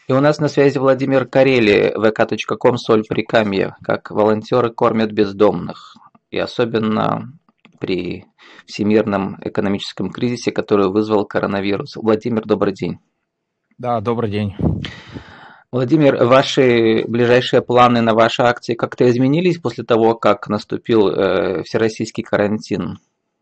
И у нас на связи Владимир Карели, vk.com, соль Прикамье, как волонтеры кормят бездомных. И особенно при всемирном экономическом кризисе, который вызвал коронавирус. Владимир, добрый день. Да, добрый день. Владимир, ваши ближайшие планы на ваши акции как-то изменились после того, как наступил всероссийский карантин?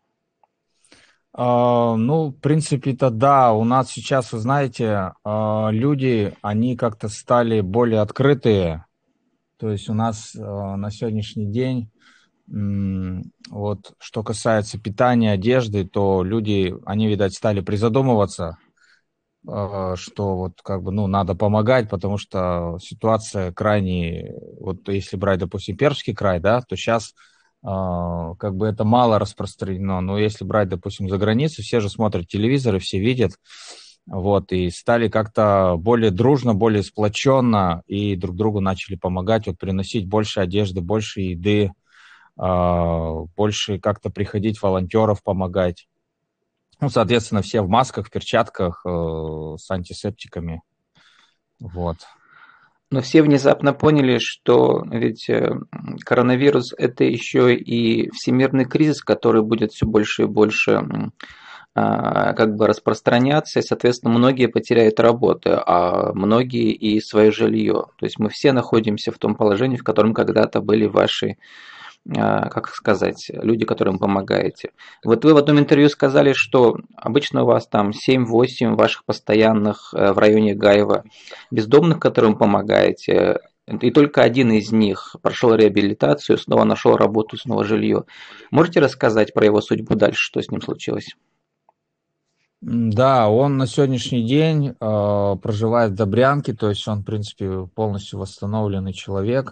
Ну, в принципе-то да, у нас сейчас, вы знаете, люди, они как-то стали более открытые. То есть у нас на сегодняшний день, вот что касается питания, одежды, то люди, они, видать, стали призадумываться, что вот как бы, ну, надо помогать, потому что ситуация крайне, вот если брать, допустим, Пермский край, да, то сейчас как бы это мало распространено, но если брать, допустим, за границей, все же смотрят телевизоры, все видят, вот, и стали как-то более дружно, более сплоченно, и друг другу начали помогать, вот, приносить больше одежды, больше еды, больше как-то приходить волонтеров помогать. Ну, соответственно, все в масках, в перчатках, с антисептиками. Вот. Но все внезапно поняли, что ведь коронавирус – это еще и всемирный кризис, который будет все больше и больше как бы распространяться, и, соответственно, многие потеряют работу, а многие и свое жилье. То есть мы все находимся в том положении, в котором когда-то были ваши, как сказать, люди, которым помогаете. Вот вы в одном интервью сказали, что обычно у вас там 7-8 ваших постоянных в районе Гаева бездомных, которым помогаете, и только один из них прошел реабилитацию, снова нашел работу, снова жилье. Можете рассказать про его судьбу дальше, что с ним случилось? Да, он на сегодняшний день проживает в Добрянке, то есть он, в принципе, полностью восстановленный человек,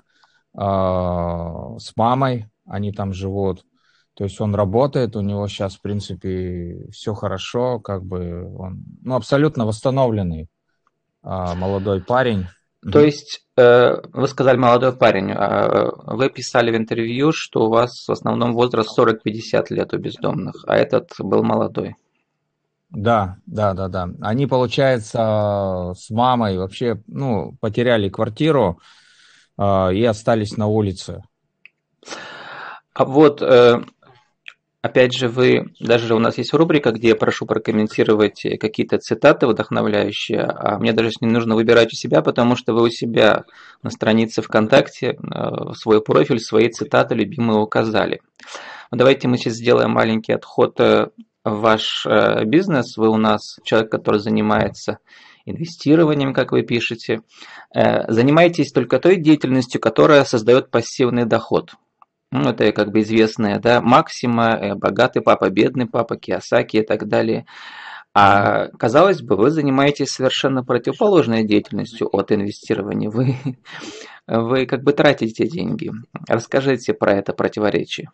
с мамой, они там живут. То есть он работает, у него сейчас, в принципе, все хорошо, как бы он, ну, абсолютно восстановленный молодой парень. То Мгм. есть вы сказали молодой парень, вы писали в интервью, что у вас в основном возраст 40-50 лет у бездомных, а этот был молодой. Да, да, да, да. Они, получается, с мамой вообще, ну, потеряли квартиру, и остались на улице. А вот опять же, вы, даже у нас есть рубрика, где я прошу прокомментировать какие-то цитаты вдохновляющие, а мне даже не нужно выбирать у себя, потому что вы у себя на странице ВКонтакте свой профиль, свои цитаты любимые указали. Давайте мы сейчас сделаем маленький отход в ваш бизнес. Вы у нас человек, который занимается инвестированием, как вы пишете. Занимаетесь только той деятельностью, которая создает пассивный доход. Ну, это как бы известная, да, максима, богатый папа, бедный папа, Кийосаки и так далее. Мгм. А казалось бы, вы занимаетесь совершенно противоположной деятельностью от инвестирования. Вы как бы тратите деньги. Расскажите про это противоречие.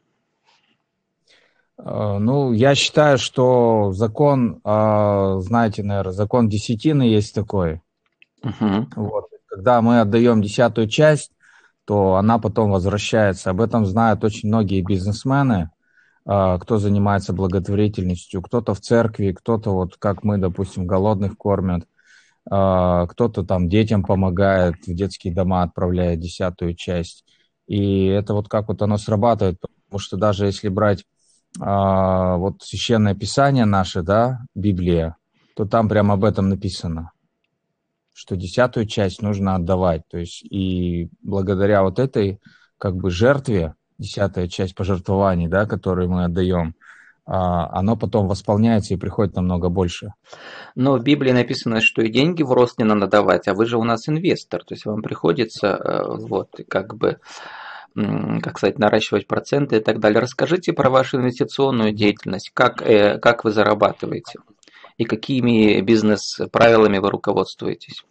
Ну, я считаю, что закон, знаете, наверное, закон десятины есть такой. Мгм. Вот. Когда мы отдаем 10-ю часть, то она потом возвращается. Об этом знают очень многие бизнесмены, кто занимается благотворительностью. Кто-то в церкви, кто-то вот как мы, допустим, голодных кормят, кто-то там детям помогает, в детские дома отправляет 10-ю часть. И это вот как вот оно срабатывает, потому что даже если брать вот священное писание наше, да, Библия, то там прямо об этом написано, что 10-ю часть нужно отдавать. То есть и благодаря вот этой как бы жертве, 10-я часть пожертвований, да, которые мы отдаем, оно потом восполняется и приходит намного больше. Но в Библии написано, что и деньги в рост не надо давать, а вы же у нас инвестор, то есть вам приходится вот как бы, как сказать, наращивать проценты и так далее. Расскажите про вашу инвестиционную деятельность, как вы зарабатываете и какими бизнес-правилами вы руководствуетесь.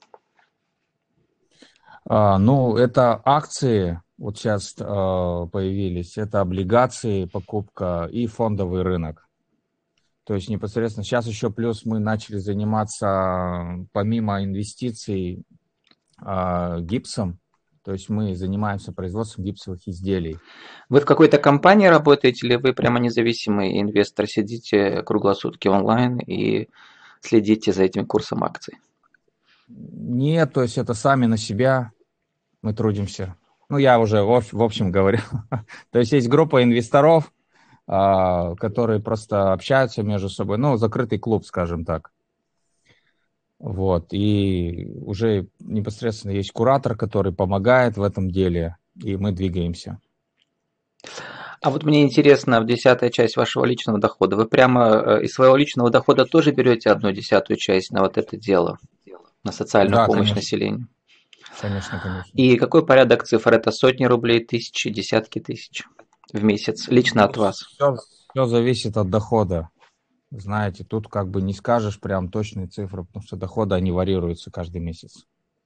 Ну, это акции, вот сейчас появились, это облигации, покупка и фондовый рынок. То есть непосредственно сейчас еще плюс мы начали заниматься, помимо инвестиций, гипсом. То есть мы занимаемся производством гипсовых изделий. Вы в какой-то компании работаете или вы прямо независимый инвестор, сидите круглосутки онлайн и следите за этим курсом акций? Нет, то есть это сами на себя мы трудимся. Ну, я уже в общем говорю. То есть есть группа инвесторов, которые просто общаются между собой. Ну, закрытый клуб, скажем так. Вот. И уже непосредственно есть куратор, который помогает в этом деле, и мы двигаемся. А вот мне интересно, в 10-я часть вашего личного дохода, вы прямо из своего личного дохода тоже берете 1/10 часть на вот это дело, на социальную Да, помощь конечно, населению? конечно, конечно. И какой порядок цифр? Это сотни рублей, тысячи, десятки тысяч в месяц, лично от вас? Все зависит от дохода. Знаете, тут как бы не скажешь прям точные цифры, потому что доходы, они варьируются каждый месяц.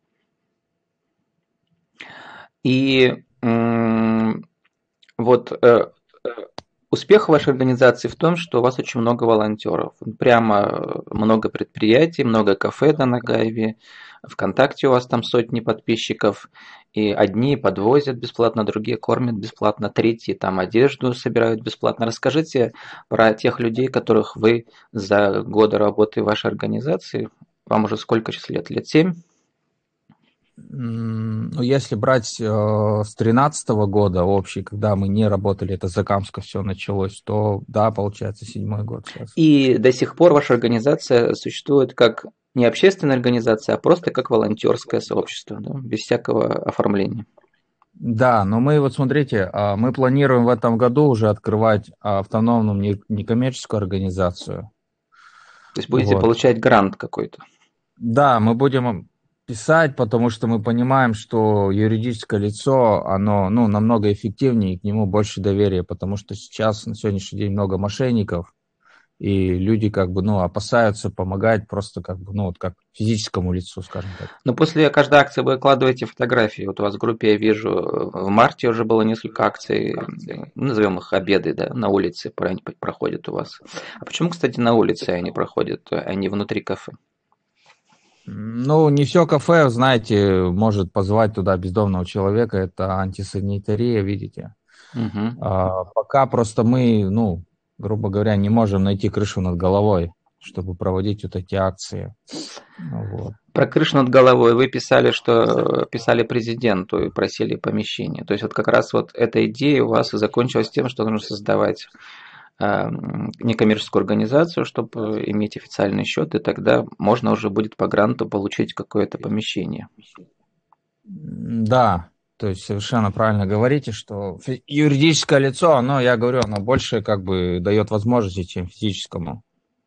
И вот успех вашей организации в том, что у вас очень много волонтеров. Прямо много предприятий, много кафе на Нагаеве. ВКонтакте у вас там сотни подписчиков. И одни подвозят бесплатно, другие кормят бесплатно, третьи там одежду собирают бесплатно. Расскажите про тех людей, которых вы за годы работы в вашей организации, вам уже сколько сейчас лет? Лет 7? Ну, если брать с 13 года общий, когда мы не работали, это Закамска все началось, то да, получается 7-й год сейчас. И до сих пор ваша организация существует как не общественная организация, а просто как волонтерское сообщество, да, без всякого оформления. Да, но мы вот смотрите, мы планируем в этом году уже открывать автономную некоммерческую организацию. То есть будете Вот. получать грант какой-то. Да, мы будем писать, потому что мы понимаем, что юридическое лицо, оно, ну, намного эффективнее, и к нему больше доверия, потому что сейчас, на сегодняшний день, много мошенников, и люди как бы, ну, опасаются помогать просто как бы, ну, вот как физическому лицу, скажем так. Но после каждой акции вы выкладываете фотографии. Вот у вас в группе я вижу, в марте уже было несколько акций, назовем их обеды, да, на улице проходят у вас. А почему, кстати, на улице они проходят, а не внутри кафе? Ну, не все кафе, знаете, может позвать туда бездомного человека, это антисанитария, видите. Угу. Пока просто мы, ну, грубо говоря, не можем найти крышу над головой, чтобы проводить вот эти акции. Ну, вот. Про крышу над головой вы писали, что писали президенту и просили помещение. То есть вот как раз вот эта идея у вас и закончилась тем, что нужно создавать некоммерческую организацию, чтобы иметь официальный счет, и тогда можно уже будет по гранту получить какое-то помещение. Да, то есть совершенно правильно говорите, что юридическое лицо, оно, я говорю, оно больше как бы дает возможности, чем физическому.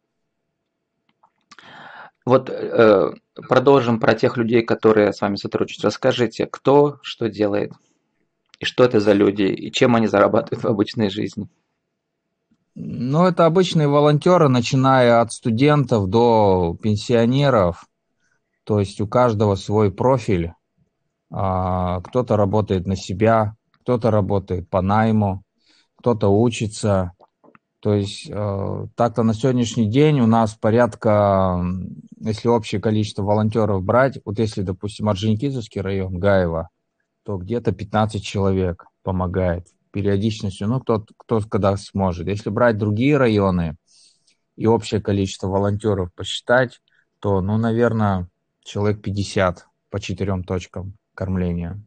Вот продолжим про тех людей, которые с вами сотрудничают. Расскажите, кто что делает, и что это за люди, и чем они зарабатывают в обычной жизни. Ну, это обычные волонтеры, начиная от студентов до пенсионеров. То есть у каждого свой профиль. Кто-то работает на себя, кто-то работает по найму, кто-то учится. То есть так-то на сегодняшний день у нас порядка, если общее количество волонтеров брать, вот если, допустим, Орджоникидзевский район, Гаево, то где-то 15 человек помогает периодичностью, ну, кто когда сможет. Если брать другие районы и общее количество волонтеров посчитать, то, ну, наверное, человек 50 по 4 точкам кормления.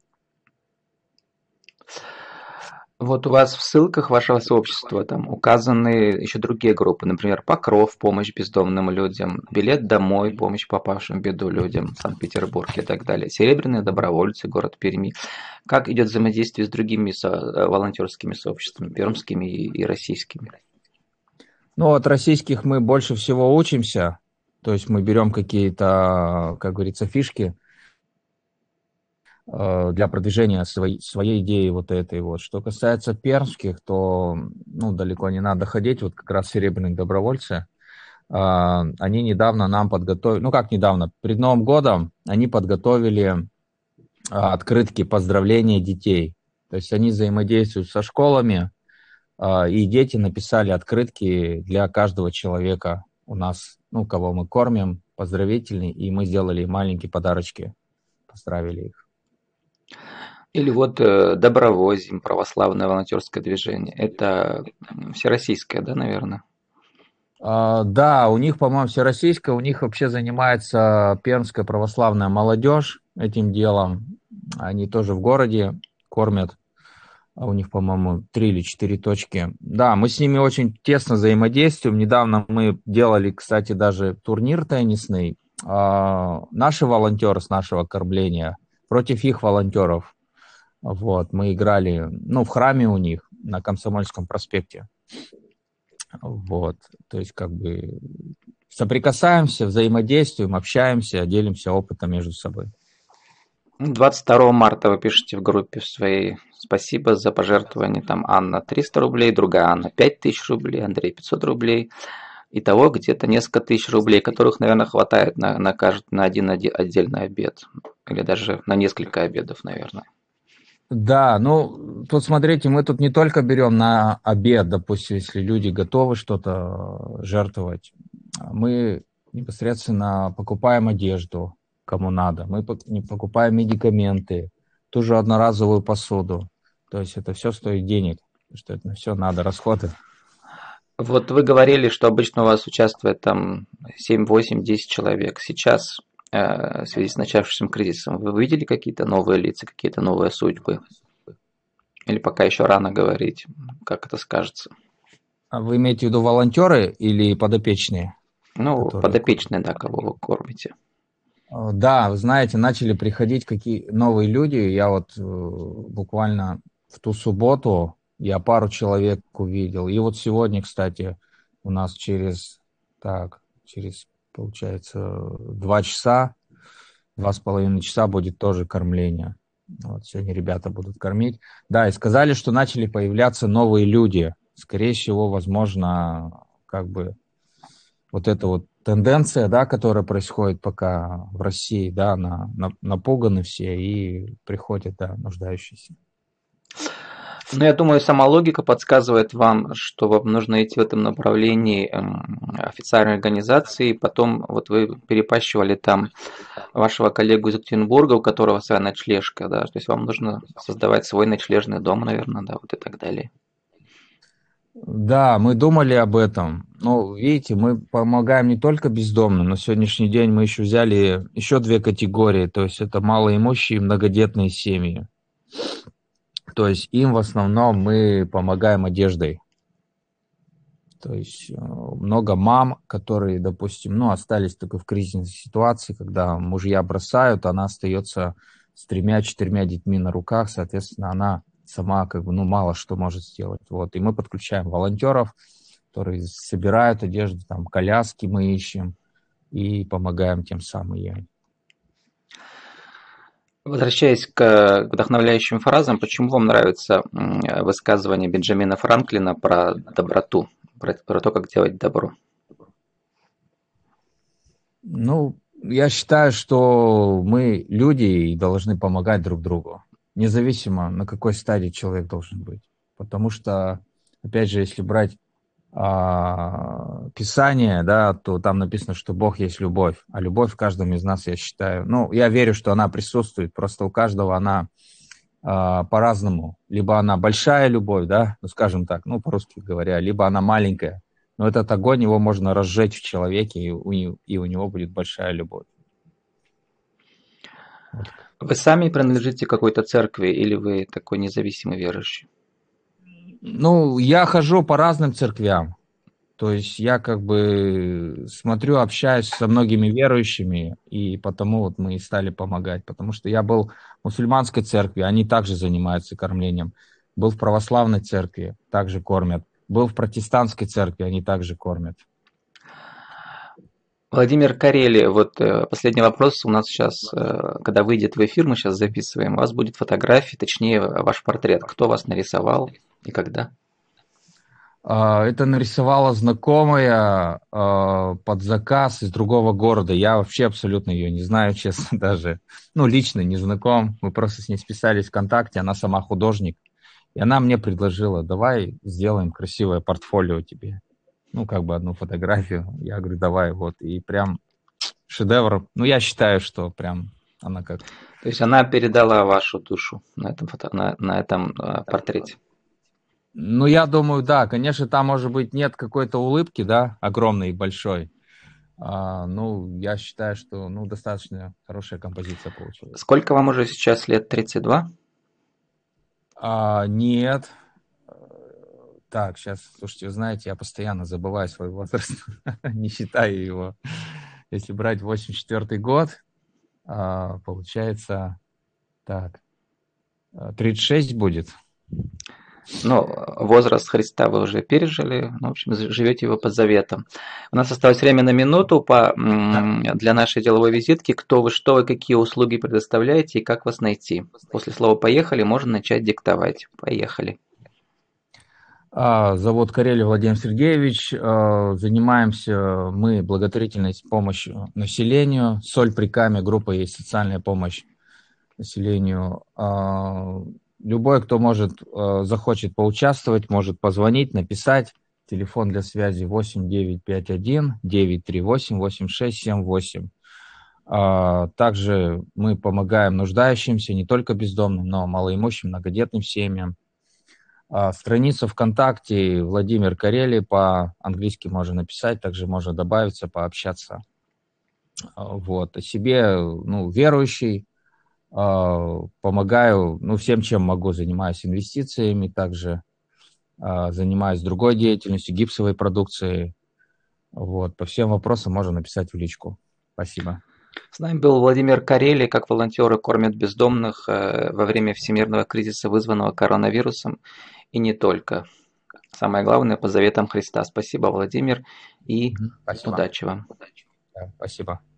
Вот у вас в ссылках вашего сообщества там указаны еще другие группы, например, Покров, помощь бездомным людям, Билет домой, помощь попавшим в беду людям, Санкт-Петербург и так далее, Серебряные добровольцы, город Перми. Как идет взаимодействие с другими волонтерскими сообществами, пермскими и российскими? Ну, от российских мы больше всего учимся, то есть мы берем какие-то, как говорится, фишки для продвижения своей идеи вот этой вот. Что касается пермских, то, ну, далеко не надо ходить, вот как раз серебряные добровольцы, они недавно нам подготовили, ну, как недавно, перед Новым годом они подготовили открытки поздравления детей. То есть они взаимодействуют со школами, и дети написали открытки для каждого человека у нас, ну, кого мы кормим, поздравительные, и мы сделали маленькие подарочки, поздравили их. Или вот Добровозим, православное волонтерское движение. Это всероссийское, да, наверное? Да, у них, по-моему, всероссийская, у них вообще занимается пермская православная молодежь этим делом. Они тоже в городе кормят. У них, по-моему, 3 или 4 точки. Да, мы с ними очень тесно взаимодействуем. Недавно мы делали, кстати, даже турнир теннисный. Наши волонтеры с нашего кормления против их волонтеров. Вот, мы играли, ну, в храме у них на Комсомольском проспекте. Вот, то есть как бы соприкасаемся, взаимодействуем, общаемся, делимся опытом между собой. 22 марта вы пишете в группе своей: спасибо за пожертвование. Там Анна 300 рублей, другая Анна 5000 рублей, Андрей 500 рублей. Итого где-то несколько тысяч рублей, которых, наверное, хватает на один отдельный обед. Или даже на несколько обедов, наверное. Да, ну, тут смотрите, мы тут не только берем на обед, допустим, если люди готовы что-то жертвовать, мы непосредственно покупаем одежду, кому надо, мы покупаем медикаменты, ту же одноразовую посуду. То есть это все стоит денег, потому что это все надо, расходы. Вот вы говорили, что обычно у вас участвует там 7, 8, 10 человек. Сейчас, в связи с начавшимся кризисом, вы видели какие-то новые лица, какие-то новые судьбы? Или пока еще рано говорить, как это скажется? А вы имеете в виду волонтеры или подопечные, Ну, которые... подопечные, да, кого вы кормите. Да, вы знаете, начали приходить какие новые люди. Я вот буквально в ту субботу я пару человек увидел. И вот сегодня, кстати, у нас через, получается, 2 часа, 2,5 часа будет тоже кормление. Вот сегодня ребята будут кормить. Да, и сказали, что начали появляться новые люди. Скорее всего, возможно, как бы вот эта вот тенденция, да, которая происходит пока в России, да, напуганы все и приходят, да, нуждающиеся. Ну, я думаю, сама логика подсказывает вам, что вам нужно идти в этом направлении официальной организации. И потом, вот вы перепащивали там вашего коллегу из Екатеринбурга, у которого своя ночлежка, да, то есть вам нужно создавать свой ночлежный дом, наверное, да, вот и так далее. Да, мы думали об этом. Ну, видите, мы помогаем не только бездомным. На сегодняшний день мы еще взяли еще 2 категории. То есть это малоимущие и многодетные семьи. То есть им в основном мы помогаем одеждой. То есть много мам, которые, допустим, ну, остались только в кризисной ситуации, когда мужья бросают, она остается с 3-4 детьми на руках, соответственно, она сама как бы, ну, мало что может сделать. Вот. И мы подключаем волонтеров, которые собирают одежду, там, коляски мы ищем и помогаем тем самым ей. Возвращаясь к вдохновляющим фразам, почему вам нравится высказывание Бенджамина Франклина про доброту, про то, как делать добро? Ну, я считаю, что мы люди и должны помогать друг другу, независимо, на какой стадии человек должен быть. Потому что, опять же, если брать Писание, да, то там написано, что Бог есть любовь, а любовь в каждом из нас, я считаю, ну, я верю, что она присутствует, просто у каждого она по-разному. Либо она большая любовь, да, ну, скажем так, ну, по-русски говоря, либо она маленькая. Но этот огонь, его можно разжечь в человеке, и у него будет большая любовь. Вот. Вы сами принадлежите какой-то церкви или вы такой независимый верующий? Ну, я хожу по разным церквям. То есть я как бы смотрю, общаюсь со многими верующими, и потому вот мы и стали помогать. Потому что я был в мусульманской церкви, они также занимаются кормлением. Был в православной церкви, также кормят. Был в протестантской церкви, они также кормят. Владимир Карели, вот последний вопрос у нас сейчас, когда выйдет в эфир, мы сейчас записываем, у вас будет фотография, точнее ваш портрет. Кто вас нарисовал и когда? Это нарисовала знакомая под заказ из другого города. Я вообще абсолютно ее не знаю, честно, даже. Ну, лично не знаком. Мы просто с ней списались ВКонтакте, она сама художник. И она мне предложила, давай сделаем красивое портфолио тебе. Ну, как бы одну фотографию. Я говорю, давай, вот. И прям шедевр. Ну, я считаю, что прям она как... То есть она передала вашу душу на этом портрете. Ну, я думаю, да, конечно, там, может быть, нет какой-то улыбки, да, огромной и большой. Ну, я считаю, что, ну, достаточно хорошая композиция получилась. Сколько вам уже сейчас лет? 32? Нет. Э, Так, сейчас, слушайте, вы знаете, я постоянно забываю свой возраст, не считаю его. Если брать 84 год, получается, так, 36 будет. Ну, возраст Христа вы уже пережили, ну, в общем, живете его под заветом. У нас осталось время на минуту для нашей деловой визитки. Кто вы, что вы, какие услуги предоставляете и как вас найти. После слова «поехали» можно начать диктовать. Поехали. Зовут Карелий Владимир Сергеевич. Занимаемся мы благотворительной помощью населению. Соль при каме, группа есть социальная помощь населению. Любой, кто захочет поучаствовать, может позвонить, написать. Телефон для связи 8951 938 8678. Также мы помогаем нуждающимся, не только бездомным, но малоимущим, многодетным семьям. Страницу ВКонтакте Владимир Карелий, по-английски можно написать, также можно добавиться, пообщаться. Вот. О себе, ну, верующий, помогаю, ну, всем, чем могу, занимаюсь инвестициями, также занимаюсь другой деятельностью, гипсовой продукцией. Вот. По всем вопросам можно написать в личку. Спасибо. С нами был Владимир Карелий, как волонтеры кормят бездомных во время всемирного кризиса, вызванного коронавирусом, и не только. Самое главное, по заветам Христа. Спасибо, Владимир, и Спасибо. удачи вам. Да, спасибо.